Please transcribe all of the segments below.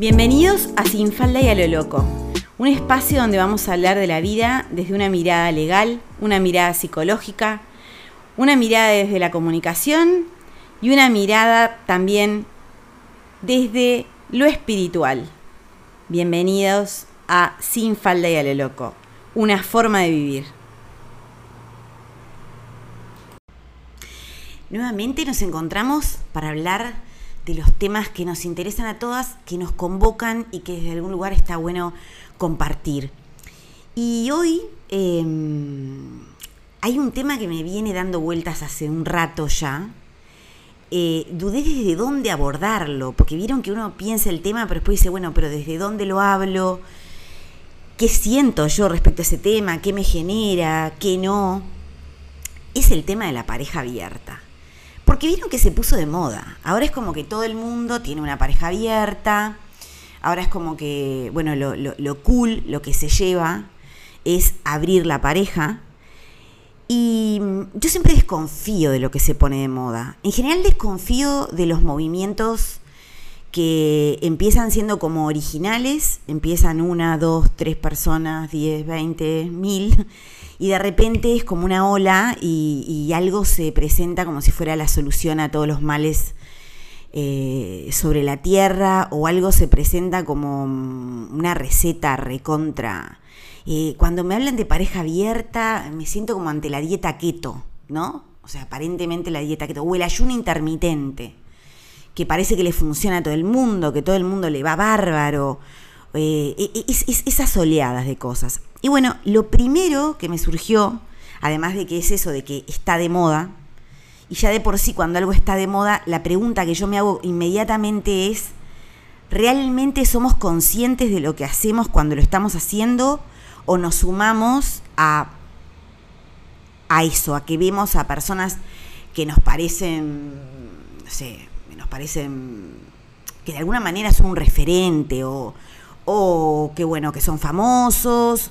Bienvenidos a Sin Falda y a lo Loco, un espacio donde vamos a hablar de la vida desde una mirada legal, una mirada psicológica, una mirada desde la comunicación y una mirada también desde lo espiritual. Bienvenidos a Sin Falda y a lo Loco, una forma de vivir. Nuevamente nos encontramos para hablar de los temas que nos interesan a todas, que nos convocan y que desde algún lugar está bueno compartir. Y hoy hay un tema que me viene dando vueltas hace un rato ya. Dudé desde dónde abordarlo, porque vieron que uno piensa el tema, pero después dice, bueno, pero ¿desde dónde lo hablo? ¿Qué siento yo respecto a ese tema? ¿Qué me genera? ¿Qué no? Es el tema de la pareja abierta. Porque vieron que se puso de moda. Ahora es como que todo el mundo tiene una pareja abierta. Ahora es como que, bueno, lo cool, lo que se lleva es abrir la pareja. Y yo siempre desconfío de lo que se pone de moda. En general desconfío de los movimientos que empiezan siendo como originales. Empiezan 1, 2, 3 personas, 10, 20, 1000... y de repente es como una ola y algo se presenta como si fuera la solución a todos los males sobre la tierra, o algo se presenta como una receta recontra. Cuando me hablan de pareja abierta, me siento como ante la dieta keto, ¿no? O sea, aparentemente la dieta keto, o el ayuno intermitente, que parece que le funciona a todo el mundo, que todo el mundo le va bárbaro. Esas oleadas de cosas. Y bueno, lo primero que me surgió, además de que es eso de que está de moda, y ya de por sí cuando algo está de moda, la pregunta que yo me hago inmediatamente es, ¿realmente somos conscientes de lo que hacemos cuando lo estamos haciendo? ¿O nos sumamos a eso, a que vemos a personas que nos parecen, no sé, que de alguna manera son un referente, o que bueno, que son famosos,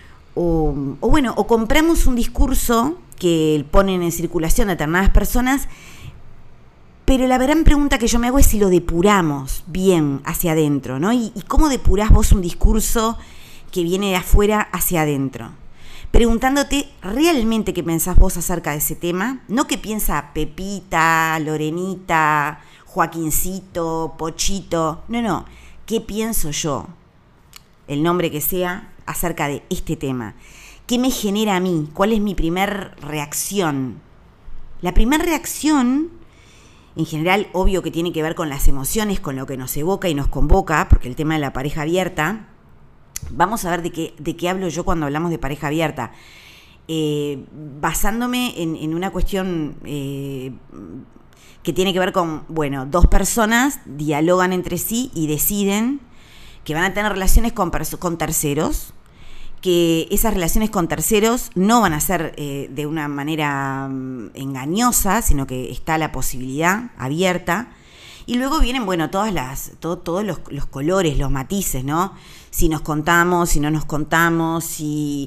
o compramos un discurso que ponen en circulación determinadas personas, pero la gran pregunta que yo me hago es si lo depuramos bien hacia adentro, ¿no? ¿Y cómo depurás vos un discurso que viene de afuera hacia adentro? Preguntándote realmente qué pensás vos acerca de ese tema, no qué piensa Pepita, Lorenita, Joaquincito, Pochito, no, ¿qué pienso yo? El nombre que sea, acerca de este tema. ¿Qué me genera a mí? ¿Cuál es mi primer reacción? La primera reacción, en general, obvio que tiene que ver con las emociones, con lo que nos evoca y nos convoca, porque el tema de la pareja abierta, vamos a ver de qué hablo yo cuando hablamos de pareja abierta. Basándome en una cuestión que tiene que ver con, bueno, dos personas dialogan entre sí y deciden que van a tener relaciones con terceros, que esas relaciones con terceros no van a ser de una manera engañosa, sino que está la posibilidad abierta. Y luego vienen, bueno, todos los colores, los matices, ¿no? Si nos contamos, si no nos contamos, si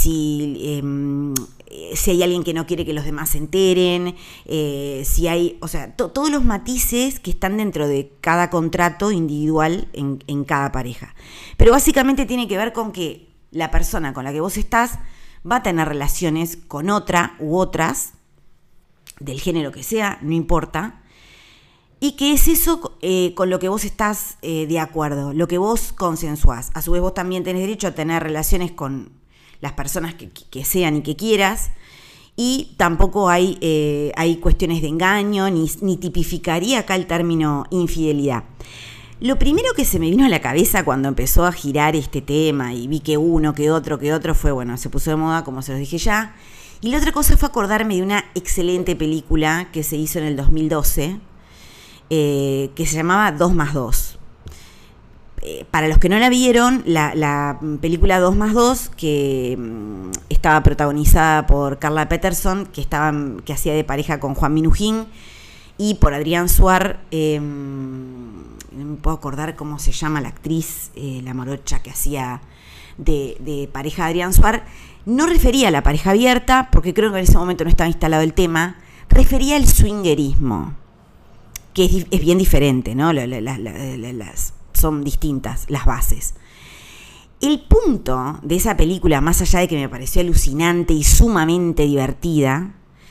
hay alguien que no quiere que los demás se enteren, si hay, o sea, todos los matices que están dentro de cada contrato individual en cada pareja. Pero básicamente tiene que ver con que la persona con la que vos estás va a tener relaciones con otra u otras, del género que sea, no importa, y que es eso con lo que vos estás de acuerdo, lo que vos consensuás. A su vez vos también tenés derecho a tener relaciones con las personas que sean y que quieras, y tampoco hay cuestiones de engaño, ni tipificaría acá el término infidelidad. Lo primero que se me vino a la cabeza cuando empezó a girar este tema y vi que uno, que otro fue, bueno, se puso de moda, como se los dije ya, y la otra cosa fue acordarme de una excelente película que se hizo en el 2012, que se llamaba 2+2. Para los que no la vieron, la película 2+2, que estaba protagonizada por Carla Peterson, que hacía de pareja con Juan Minujín, y por Adrián Suar, no me puedo acordar cómo se llama la actriz, la morocha que hacía de pareja de Adrián Suar, no refería a la pareja abierta, porque creo que en ese momento no estaba instalado el tema, refería al swingerismo, que es bien diferente, ¿no? son distintas las bases. El punto de esa película, más allá de que me pareció alucinante y sumamente divertida,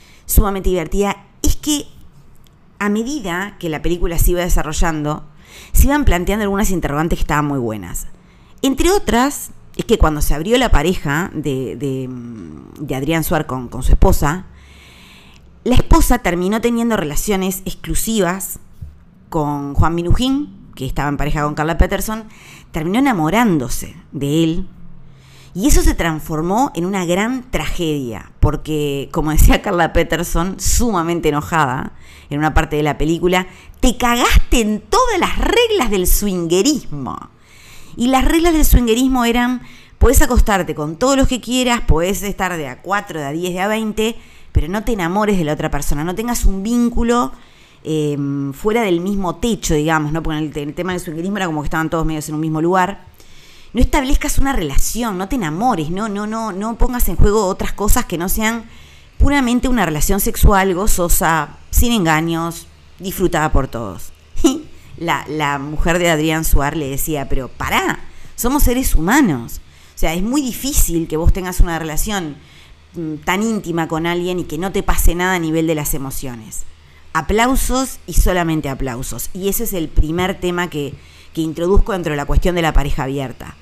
es que a medida que la película se iba desarrollando, se iban planteando algunas interrogantes que estaban muy buenas. Entre otras, es que cuando se abrió la pareja de Adrián Suar con su esposa, la esposa terminó teniendo relaciones exclusivas con Juan Minujín, que estaba en pareja con Carla Peterson, terminó enamorándose de él. Y eso se transformó en una gran tragedia, porque, como decía Carla Peterson, sumamente enojada, en una parte de la película, te cagaste en todas las reglas del swingerismo. Y las reglas del swingerismo eran, podés acostarte con todos los que quieras, podés estar de a 4, de a 10, de a 20, pero no te enamores de la otra persona, no tengas un vínculo fuera del mismo techo, digamos, ¿no? Porque el tema del swingerismo era como que estaban todos medios en un mismo lugar. No establezcas una relación, no te enamores, no pongas en juego otras cosas que no sean puramente una relación sexual gozosa, sin engaños, disfrutada por todos. La mujer de Adrián Suar le decía, pero pará, somos seres humanos. O sea, es muy difícil que vos tengas una relación tan íntima con alguien y que no te pase nada a nivel de las emociones. Aplausos y solamente aplausos. Y ese es el primer tema que introduzco dentro de la cuestión de la pareja abierta.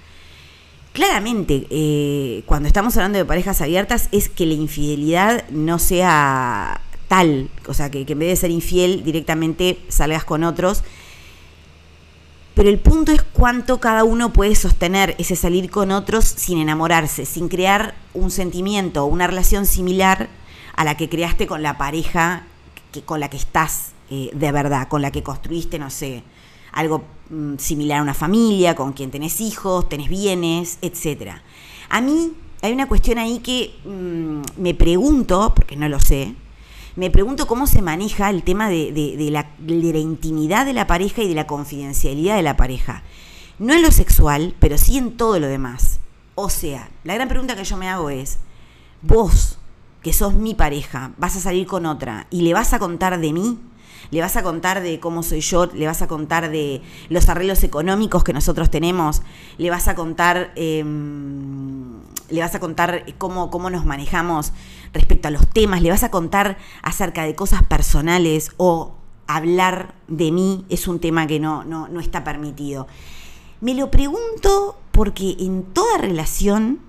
Claramente, cuando estamos hablando de parejas abiertas, es que la infidelidad no sea tal, o sea, que en vez de ser infiel, directamente salgas con otros. Pero el punto es cuánto cada uno puede sostener ese salir con otros sin enamorarse, sin crear un sentimiento o una relación similar a la que creaste con la pareja con la que estás de verdad, con la que construiste, no sé, algo similar a una familia, con quien tenés hijos, tenés bienes, etc. A mí hay una cuestión ahí que me pregunto, porque no lo sé, me pregunto cómo se maneja el tema de la intimidad de la pareja y de la confidencialidad de la pareja. No en lo sexual, pero sí en todo lo demás. O sea, la gran pregunta que yo me hago es, vos, que sos mi pareja, vas a salir con otra y le vas a contar de mí, le vas a contar de cómo soy yo, le vas a contar de los arreglos económicos que nosotros tenemos, le vas a contar cómo nos manejamos respecto a los temas, le vas a contar acerca de cosas personales, o hablar de mí es un tema que no está permitido. Me lo pregunto porque en toda relación,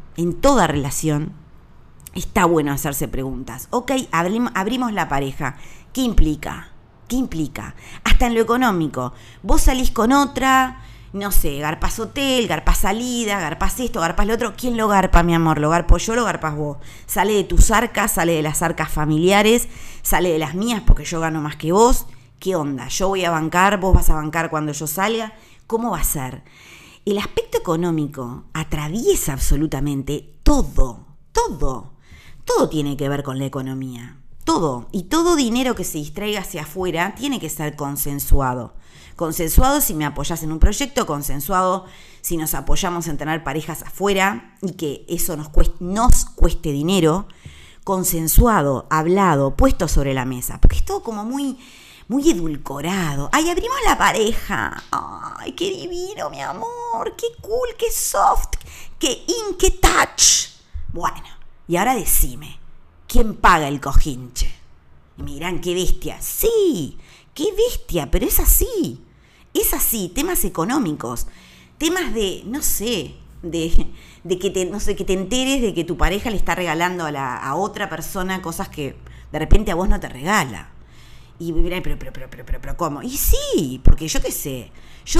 está bueno hacerse preguntas. Ok, abrimos la pareja. ¿Qué implica? Hasta en lo económico. Vos salís con otra, no sé, garpás hotel, garpás salida, garpás esto, garpás lo otro. ¿Quién lo garpa, mi amor? ¿Lo garpo yo, lo garpás vos? Sale de tus arcas, sale de las arcas familiares, sale de las mías porque yo gano más que vos. ¿Qué onda? ¿Yo voy a bancar? ¿Vos vas a bancar cuando yo salga? ¿Cómo va a ser? El aspecto económico atraviesa absolutamente todo. Todo tiene que ver con la economía. Todo. Y todo dinero que se distraiga hacia afuera tiene que ser consensuado. Consensuado si me apoyás en un proyecto, consensuado si nos apoyamos en tener parejas afuera y que eso nos cueste dinero, consensuado, hablado, puesto sobre la mesa. Porque es todo como muy edulcorado. ¡Ay, abrimos la pareja! ¡Ay, qué divino, mi amor! ¡Qué cool, qué soft, qué qué touch! Bueno, y ahora decime, ¿quién paga el cojinche? Y me dirán, qué bestia. Sí, qué bestia, pero es así. Es así, temas económicos, temas de, no sé, de que te enteres de que tu pareja le está regalando a otra persona cosas que de repente a vos no te regala. Y me dirán, pero ¿cómo? Y sí, porque yo qué sé.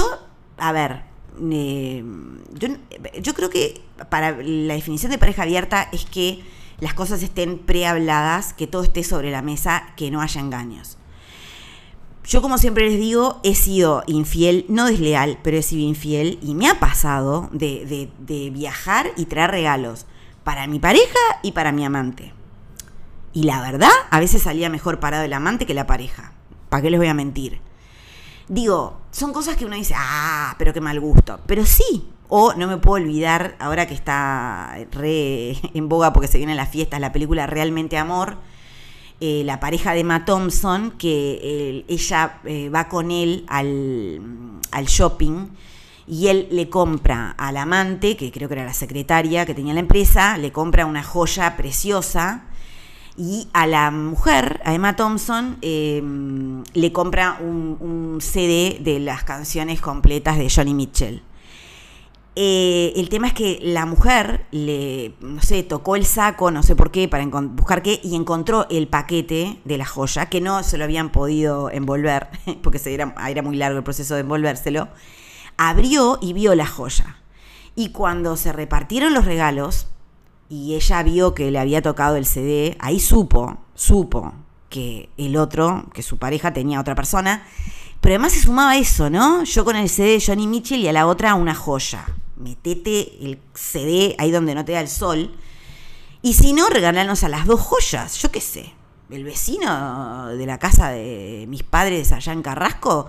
Yo creo que para la definición de pareja abierta es que las cosas estén prehabladas, que todo esté sobre la mesa, que no haya engaños. Yo, como siempre les digo, he sido infiel, no desleal, pero he sido infiel, y me ha pasado de viajar y traer regalos para mi pareja y para mi amante. Y la verdad, a veces salía mejor parado el amante que la pareja. ¿Para qué les voy a mentir? Digo, son cosas que uno dice, pero qué mal gusto. Pero sí, o no me puedo olvidar, ahora que está re en boga porque se vienen las fiestas, la película Realmente Amor, la pareja de Emma Thompson, que ella va con él al shopping y él le compra al amante, que creo que era la secretaria que tenía la empresa, le compra una joya preciosa. Y a la mujer, a Emma Thompson, le compra un CD de las canciones completas de Joni Mitchell. El tema es que la mujer tocó el saco, no sé por qué, para buscar qué, y encontró el paquete de la joya, que no se lo habían podido envolver, porque era muy largo el proceso de envolvérselo. Abrió y vio la joya. Y cuando se repartieron los regalos, y ella vio que le había tocado el CD, ahí supo que el otro, que su pareja tenía otra persona, pero además se sumaba eso, ¿no? Yo con el CD de Joni Mitchell y a la otra una joya. Metete el CD ahí donde no te da el sol, y si no, regalarnos a las dos joyas, yo qué sé. El vecino de la casa de mis padres allá en Carrasco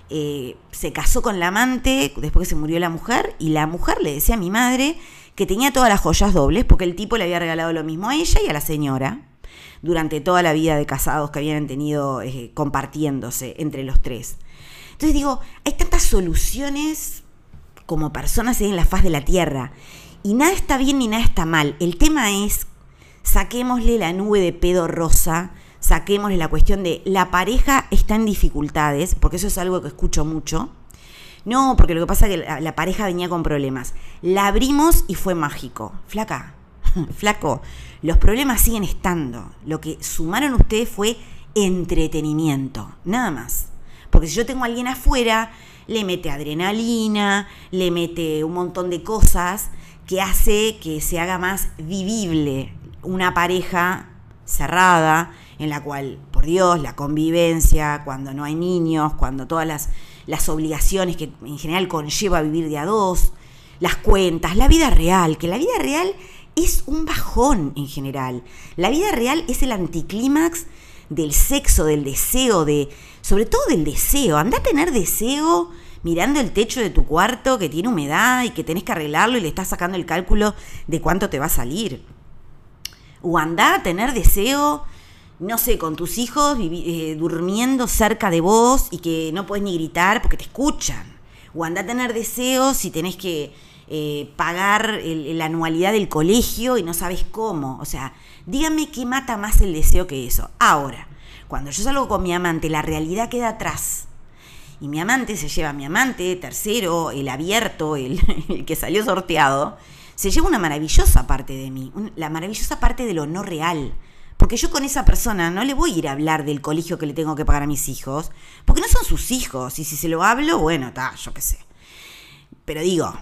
se casó con la amante después que se murió la mujer, y la mujer le decía a mi madre que tenía todas las joyas dobles porque el tipo le había regalado lo mismo a ella y a la señora durante toda la vida de casados que habían tenido compartiéndose entre los tres. Entonces digo, hay tantas soluciones como personas en la faz de la tierra y nada está bien ni nada está mal. El tema es, saquémosle la nube de pedo rosa, saquémosle la cuestión de la pareja está en dificultades, porque eso es algo que escucho mucho. No, porque lo que pasa es que la pareja venía con problemas. La abrimos y fue mágico. Flaco, los problemas siguen estando. Lo que sumaron ustedes fue entretenimiento, nada más. Porque si yo tengo a alguien afuera, le mete adrenalina, le mete un montón de cosas que hace que se haga más vivible una pareja cerrada, en la cual, por Dios, la convivencia, cuando no hay niños, cuando todas las obligaciones que en general conlleva vivir de a dos, las cuentas, la vida real, que la vida real es un bajón en general. La vida real es el anticlímax del sexo, del deseo, sobre todo del deseo. Andá a tener deseo mirando el techo de tu cuarto que tiene humedad y que tenés que arreglarlo y le estás sacando el cálculo de cuánto te va a salir. O andá a tener deseo, no sé, con tus hijos durmiendo cerca de vos y que no podés ni gritar porque te escuchan. O andá a tener deseos si tenés que pagar la anualidad del colegio y no sabes cómo. O sea, díganme qué mata más el deseo que eso. Ahora, cuando yo salgo con mi amante, la realidad queda atrás. Y mi amante se lleva a mi amante, tercero, el abierto, el que salió sorteado, se lleva una maravillosa parte de mí, la maravillosa parte de lo no real. Porque yo con esa persona no le voy a ir a hablar del colegio que le tengo que pagar a mis hijos, porque no son sus hijos, y si se lo hablo, bueno, yo qué sé. Pero digo,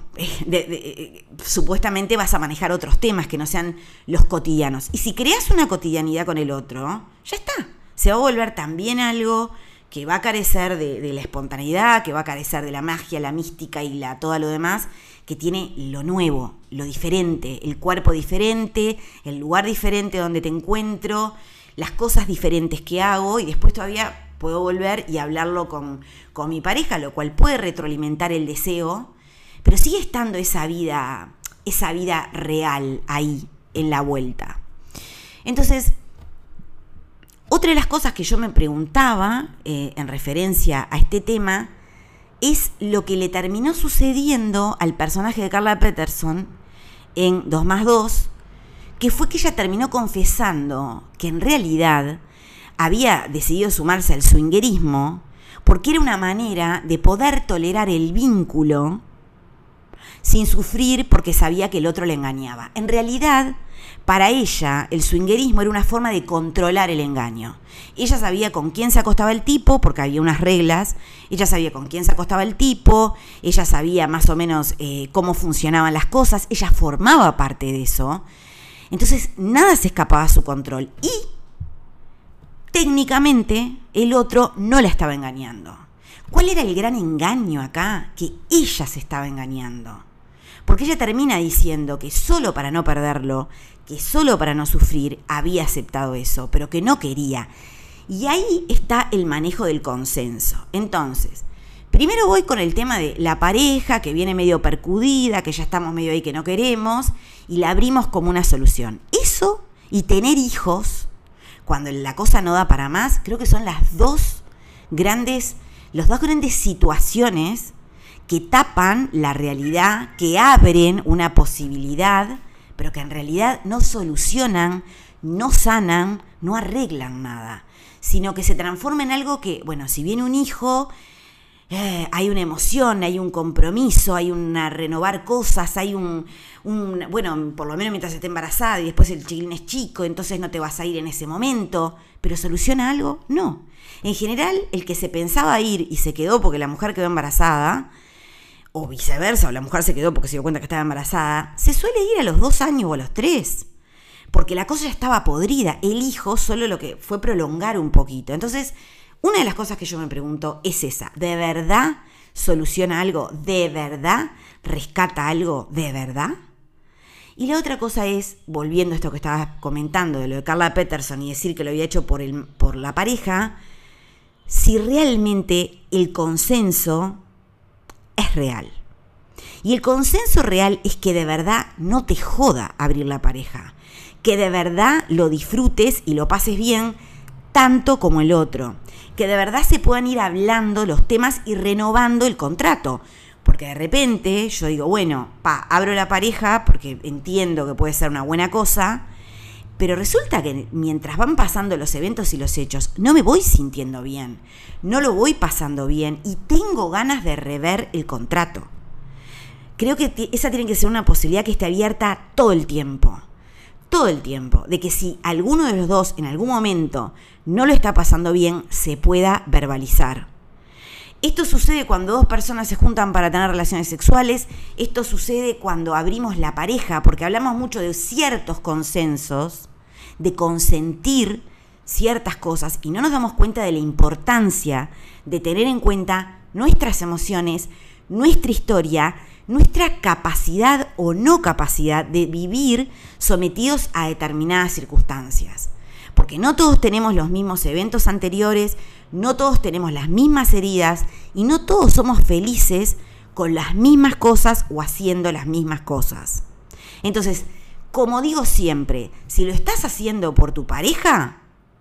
supuestamente vas a manejar otros temas que no sean los cotidianos. Y si creas una cotidianidad con el otro, ya está. Se va a volver también algo que va a carecer de la espontaneidad, que va a carecer de la magia, la mística y todo lo demás, que tiene lo nuevo, lo diferente, el cuerpo diferente, el lugar diferente donde te encuentro, las cosas diferentes que hago, y después todavía puedo volver y hablarlo con mi pareja, lo cual puede retroalimentar el deseo, pero sigue estando esa vida real ahí, en la vuelta. Entonces, otra de las cosas que yo me preguntaba en referencia a este tema es lo que le terminó sucediendo al personaje de Carla Peterson en 2+2, que fue que ella terminó confesando que en realidad había decidido sumarse al swingerismo porque era una manera de poder tolerar el vínculo sin sufrir porque sabía que el otro le engañaba. En realidad, para ella, el swingerismo era una forma de controlar el engaño. Ella sabía con quién se acostaba el tipo, porque había unas reglas. Ella sabía con quién se acostaba el tipo. Ella sabía más o menos cómo funcionaban las cosas. Ella formaba parte de eso. Entonces, nada se escapaba a su control. Y, técnicamente, el otro no la estaba engañando. ¿Cuál era el gran engaño acá? Que ella se estaba engañando. Porque ella termina diciendo que solo para no perderlo, que solo para no sufrir, había aceptado eso, pero que no quería. Y ahí está el manejo del consenso. Entonces, primero voy con el tema de la pareja, que viene medio percudida, que ya estamos medio ahí que no queremos, y la abrimos como una solución. Eso y tener hijos, cuando la cosa no da para más, creo que son las dos grandes situaciones que tapan la realidad, que abren una posibilidad, pero que en realidad no solucionan, no sanan, no arreglan nada, sino que se transforma en algo que, bueno, si viene un hijo, hay una emoción, hay un compromiso, hay una renovar cosas, hay bueno, por lo menos mientras esté embarazada y después el chiquilín es chico, entonces no te vas a ir en ese momento, pero ¿soluciona algo? No. En general, el que se pensaba ir y se quedó porque la mujer quedó embarazada, o viceversa, o la mujer se quedó porque se dio cuenta que estaba embarazada, se suele ir a los 2 años o a los 3, porque la cosa ya estaba podrida. El hijo solo lo que fue prolongar un poquito. Entonces, una de las cosas que yo me pregunto es esa: ¿de verdad soluciona algo? ¿De verdad rescata algo? ¿De verdad? Y la otra cosa es, volviendo a esto que estabas comentando de lo de Carla Peterson y decir que lo había hecho por la pareja, si realmente el consenso es real. Y el consenso real es que de verdad no te joda abrir la pareja, que de verdad lo disfrutes y lo pases bien tanto como el otro, que de verdad se puedan ir hablando los temas y renovando el contrato, porque de repente yo digo, bueno, abro la pareja porque entiendo que puede ser una buena cosa, pero resulta que mientras van pasando los eventos y los hechos, no me voy sintiendo bien, no lo voy pasando bien y tengo ganas de rever el contrato. Creo que esa tiene que ser una posibilidad que esté abierta todo el tiempo, de que si alguno de los dos en algún momento no lo está pasando bien, se pueda verbalizar. Esto sucede cuando 2 personas se juntan para tener relaciones sexuales, esto sucede cuando abrimos la pareja, porque hablamos mucho de ciertos consensos, de consentir ciertas cosas y no nos damos cuenta de la importancia de tener en cuenta nuestras emociones, nuestra historia, nuestra capacidad o no capacidad de vivir sometidos a determinadas circunstancias. Porque no todos tenemos los mismos eventos anteriores, no todos tenemos las mismas heridas y no todos somos felices con las mismas cosas o haciendo las mismas cosas. Entonces, como digo siempre, si lo estás haciendo por tu pareja,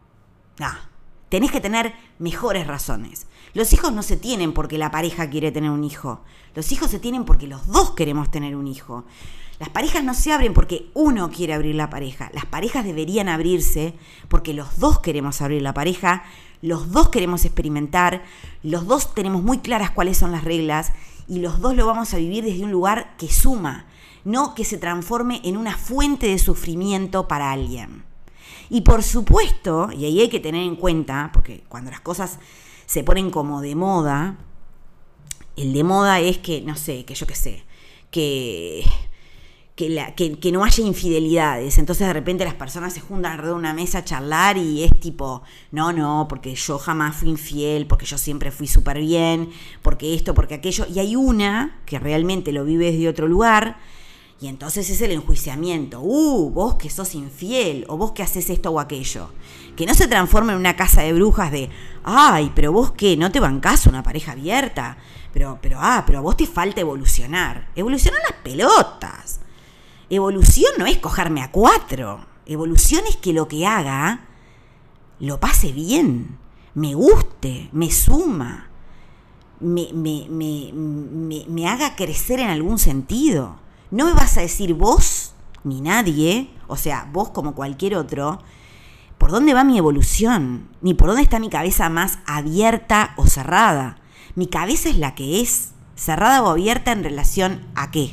tenés que tener mejores razones. Los hijos no se tienen porque la pareja quiere tener un hijo. Los hijos se tienen porque los dos queremos tener un hijo. Las parejas no se abren porque uno quiere abrir la pareja. Las parejas deberían abrirse porque los dos queremos abrir la pareja, los dos queremos experimentar, los dos tenemos muy claras cuáles son las reglas y los dos lo vamos a vivir desde un lugar que suma, no que se transforme en una fuente de sufrimiento para alguien. Y por supuesto, y ahí hay que tener en cuenta, porque cuando las cosas se ponen como de moda, el de moda es que, no sé, que yo qué sé, que no haya infidelidades. Entonces de repente las personas se juntan alrededor de una mesa a charlar y es tipo, no, porque yo jamás fui infiel, porque yo siempre fui súper bien, porque esto, porque aquello. Y hay una que realmente lo vive desde otro lugar y entonces es el enjuiciamiento. Vos que sos infiel o vos que haces esto o aquello. Que no se transforme en una casa de brujas de, pero vos qué, ¿no te bancás una pareja abierta? Pero a vos te falta evolucionar. Evolucionar las pelotas. Evolución no es cogerme a 4. Evolución es que lo que haga lo pase bien, me guste, me suma, me haga crecer en algún sentido. No me vas a decir vos, ni nadie, o sea, vos como cualquier otro, por dónde va mi evolución, ni por dónde está mi cabeza más abierta o cerrada. Mi cabeza es la que es, cerrada o abierta en relación a qué.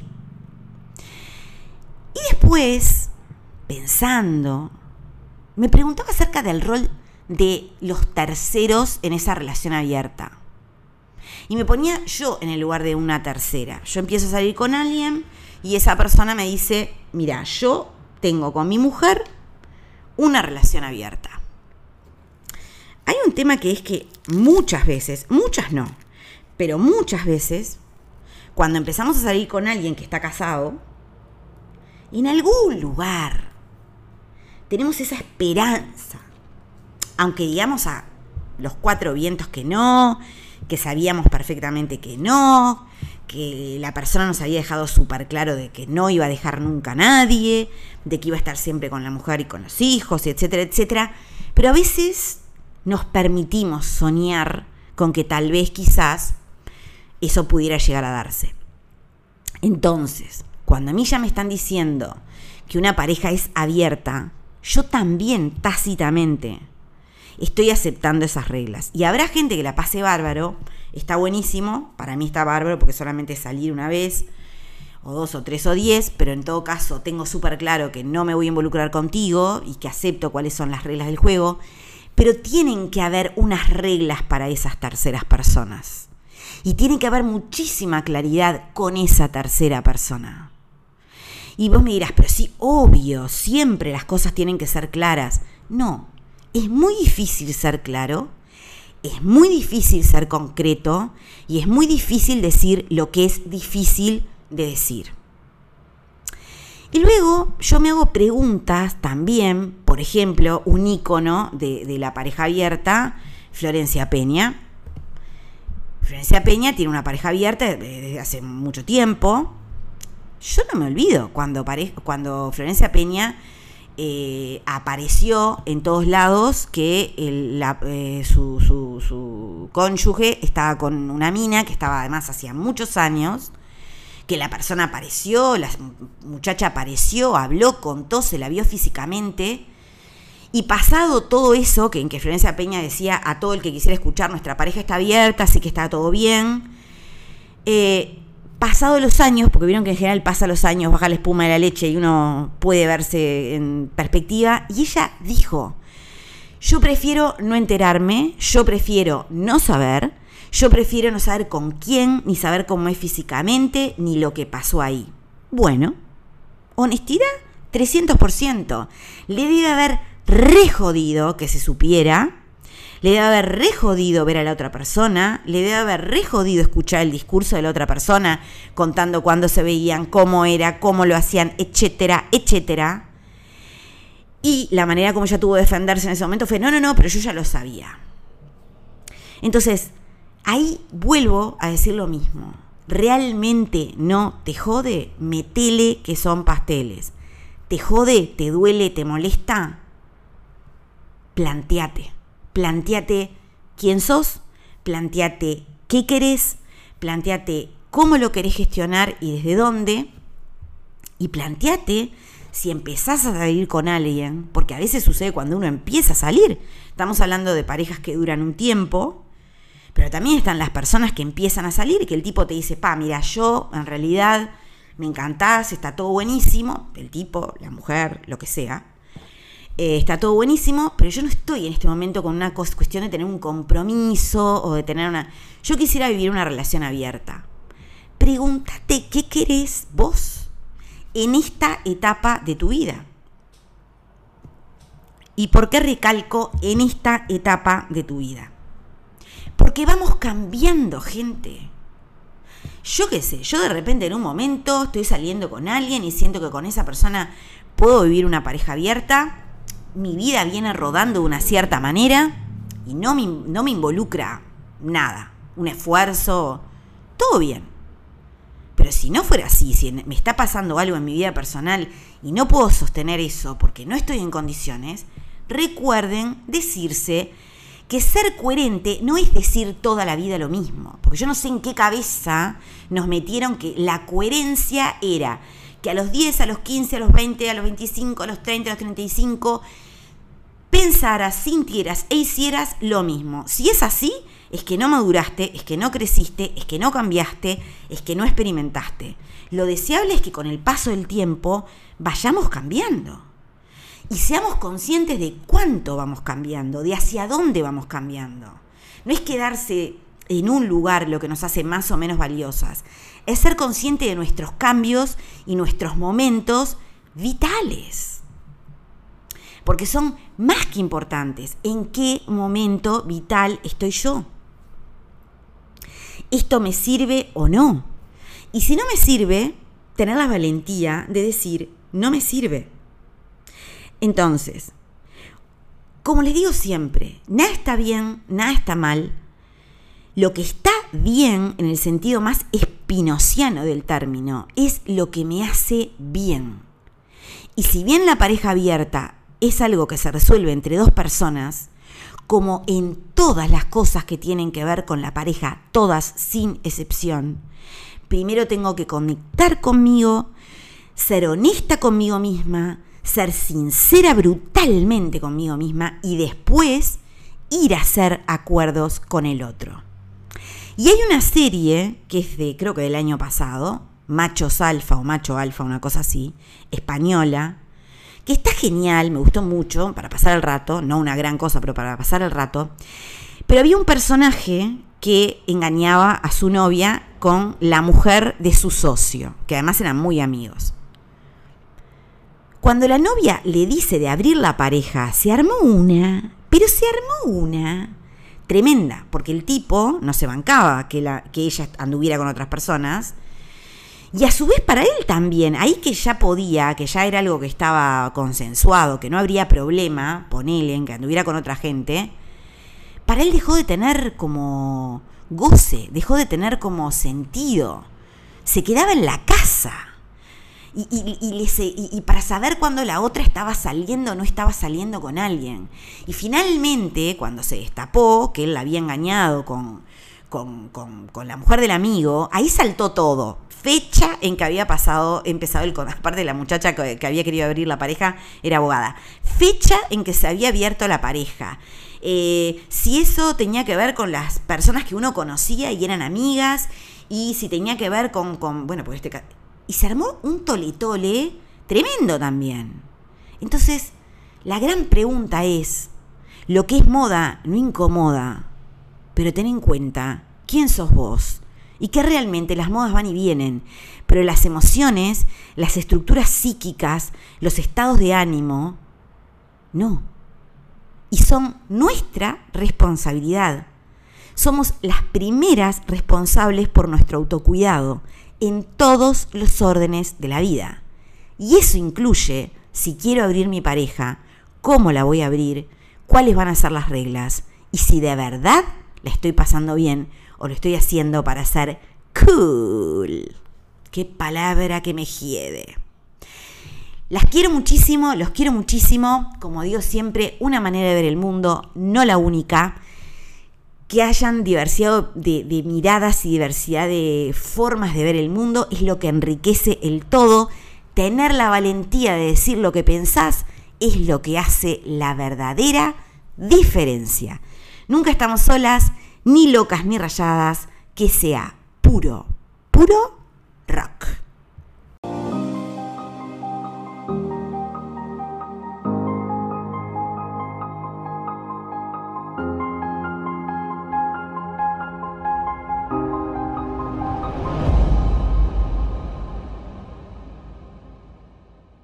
Y después, pensando, me preguntaba acerca del rol de los terceros en esa relación abierta. Y me ponía yo en el lugar de una tercera. Yo empiezo a salir con alguien y esa persona me dice, mira, yo tengo con mi mujer una relación abierta. Hay un tema que es que muchas veces, muchas no, pero muchas veces, cuando empezamos a salir con alguien que está casado, en algún lugar tenemos esa esperanza, aunque digamos a los 4 vientos que no, que sabíamos perfectamente que no, que la persona nos había dejado súper claro de que no iba a dejar nunca a nadie, de que iba a estar siempre con la mujer y con los hijos, etcétera, etcétera. Pero a veces nos permitimos soñar con que tal vez quizás eso pudiera llegar a darse. Entonces, cuando a mí ya me están diciendo que una pareja es abierta, yo también tácitamente estoy aceptando esas reglas. Y habrá gente que la pase bárbaro, está buenísimo, para mí está bárbaro porque solamente es salir una vez, o 2 o 3 o 10, pero en todo caso tengo súper claro que no me voy a involucrar contigo y que acepto cuáles son las reglas del juego, pero tienen que haber unas reglas para esas terceras personas. Y tiene que haber muchísima claridad con esa tercera persona. Y vos me dirás, pero sí, obvio, siempre las cosas tienen que ser claras. No, es muy difícil ser claro, es muy difícil ser concreto y es muy difícil decir lo que es difícil de decir. Y luego yo me hago preguntas también, por ejemplo, un ícono de la pareja abierta, Florencia Peña. Florencia Peña tiene una pareja abierta desde hace mucho tiempo. Yo no me olvido cuando Florencia Peña apareció en todos lados que su cónyuge estaba con una mina que estaba además hacía muchos años, que la persona apareció, la muchacha apareció, habló, contó, se la vio físicamente. Y pasado todo eso, en que Florencia Peña decía a todo el que quisiera escuchar, nuestra pareja está abierta, así que está todo bien. Pasado los años, porque vieron que en general pasa los años, baja la espuma de la leche y uno puede verse en perspectiva, y ella dijo, yo prefiero no enterarme, yo prefiero no saber, yo prefiero no saber con quién, ni saber cómo es físicamente, ni lo que pasó ahí. Bueno, honestidad 300%. Le debe haber re jodido que se supiera, le debe haber re jodido ver a la otra persona, le debe haber re jodido escuchar el discurso de la otra persona contando cuándo se veían, cómo era, cómo lo hacían, etcétera, etcétera. Y la manera como ella tuvo de defenderse en ese momento fue, no, pero yo ya lo sabía. Entonces, ahí vuelvo a decir lo mismo. ¿Realmente no te jode? Metele que son pasteles. ¿Te jode? ¿Te duele? ¿Te molesta? Planteate quién sos, planteate qué querés, planteate cómo lo querés gestionar y desde dónde, y planteate si empezás a salir con alguien, porque a veces sucede cuando uno empieza a salir. Estamos hablando de parejas que duran un tiempo, pero también están las personas que empiezan a salir y que el tipo te dice, mira, yo en realidad me encantás, está todo buenísimo, el tipo, la mujer, lo que sea. Está todo buenísimo, pero yo no estoy en este momento con una cuestión de tener un compromiso o de tener una... Yo quisiera vivir una relación abierta. Pregúntate qué querés vos en esta etapa de tu vida. ¿Y por qué recalco en esta etapa de tu vida? Porque vamos cambiando, gente. Yo qué sé, yo de repente en un momento estoy saliendo con alguien y siento que con esa persona puedo vivir una pareja abierta. Mi vida viene rodando de una cierta manera y no me involucra nada, un esfuerzo, todo bien. Pero si no fuera así, si me está pasando algo en mi vida personal y no puedo sostener eso porque no estoy en condiciones, recuerden decirse que ser coherente no es decir toda la vida lo mismo. Porque yo no sé en qué cabeza nos metieron que la coherencia era que a los 10, a los 15, a los 20, a los 25, a los 30, a los 35... pensaras, sintieras e hicieras lo mismo. Si es así, es que no maduraste, es que no creciste, es que no cambiaste, es que no experimentaste. Lo deseable es que con el paso del tiempo vayamos cambiando. Y seamos conscientes de cuánto vamos cambiando, de hacia dónde vamos cambiando. No es quedarse en un lugar lo que nos hace más o menos valiosas. Es ser consciente de nuestros cambios y nuestros momentos vitales. Porque son más que importantes. ¿En qué momento vital estoy yo? ¿Esto me sirve o no? Y si no me sirve, tener la valentía de decir, no me sirve. Entonces, como les digo siempre, nada está bien, nada está mal. Lo que está bien, en el sentido más espinociano del término, es lo que me hace bien. Y si bien la pareja abierta es algo que se resuelve entre dos personas, como en todas las cosas que tienen que ver con la pareja, todas sin excepción, primero tengo que conectar conmigo, ser honesta conmigo misma, ser sincera brutalmente conmigo misma y después ir a hacer acuerdos con el otro. Y hay una serie que es creo que del año pasado, Machos Alfa o Macho Alfa, una cosa así, española, que está genial, me gustó mucho para pasar el rato, no una gran cosa, pero para pasar el rato. Pero había un personaje que engañaba a su novia con la mujer de su socio, que además eran muy amigos. Cuando la novia le dice de abrir la pareja, se armó una tremenda, porque el tipo no se bancaba que ella anduviera con otras personas. Y a su vez para él también, ahí que ya podía, que ya era algo que estaba consensuado, que no habría problema, ponele, en que anduviera con otra gente, para él dejó de tener como goce, dejó de tener como sentido. Se quedaba en la casa. Y para saber cuándo la otra estaba saliendo o no estaba saliendo con alguien. Y finalmente, cuando se destapó que él la había engañado con la mujer del amigo, ahí saltó todo. Fecha en que había empezado el aparte de la muchacha que había querido abrir la pareja, era abogada. Fecha en que se había abierto la pareja. Si eso tenía que ver con las personas que uno conocía y eran amigas, y si tenía que ver con bueno, pues y se armó un tole-tole tremendo también. Entonces, la gran pregunta es, lo que es moda no incomoda, pero ten en cuenta quién sos vos y que realmente las modas van y vienen, pero las emociones, las estructuras psíquicas, los estados de ánimo, no. Y son nuestra responsabilidad. Somos las primeras responsables por nuestro autocuidado en todos los órdenes de la vida. Y eso incluye, si quiero abrir mi pareja, cómo la voy a abrir, cuáles van a ser las reglas y si de verdad la estoy pasando bien o lo estoy haciendo para ser cool. Qué palabra que me hiede. Las quiero muchísimo, los quiero muchísimo. Como digo siempre, una manera de ver el mundo, no la única. Que hayan diversidad de miradas y diversidad de formas de ver el mundo es lo que enriquece el todo. Tener la valentía de decir lo que pensás es lo que hace la verdadera diferencia. Nunca estamos solas, ni locas ni rayadas, que sea puro rock.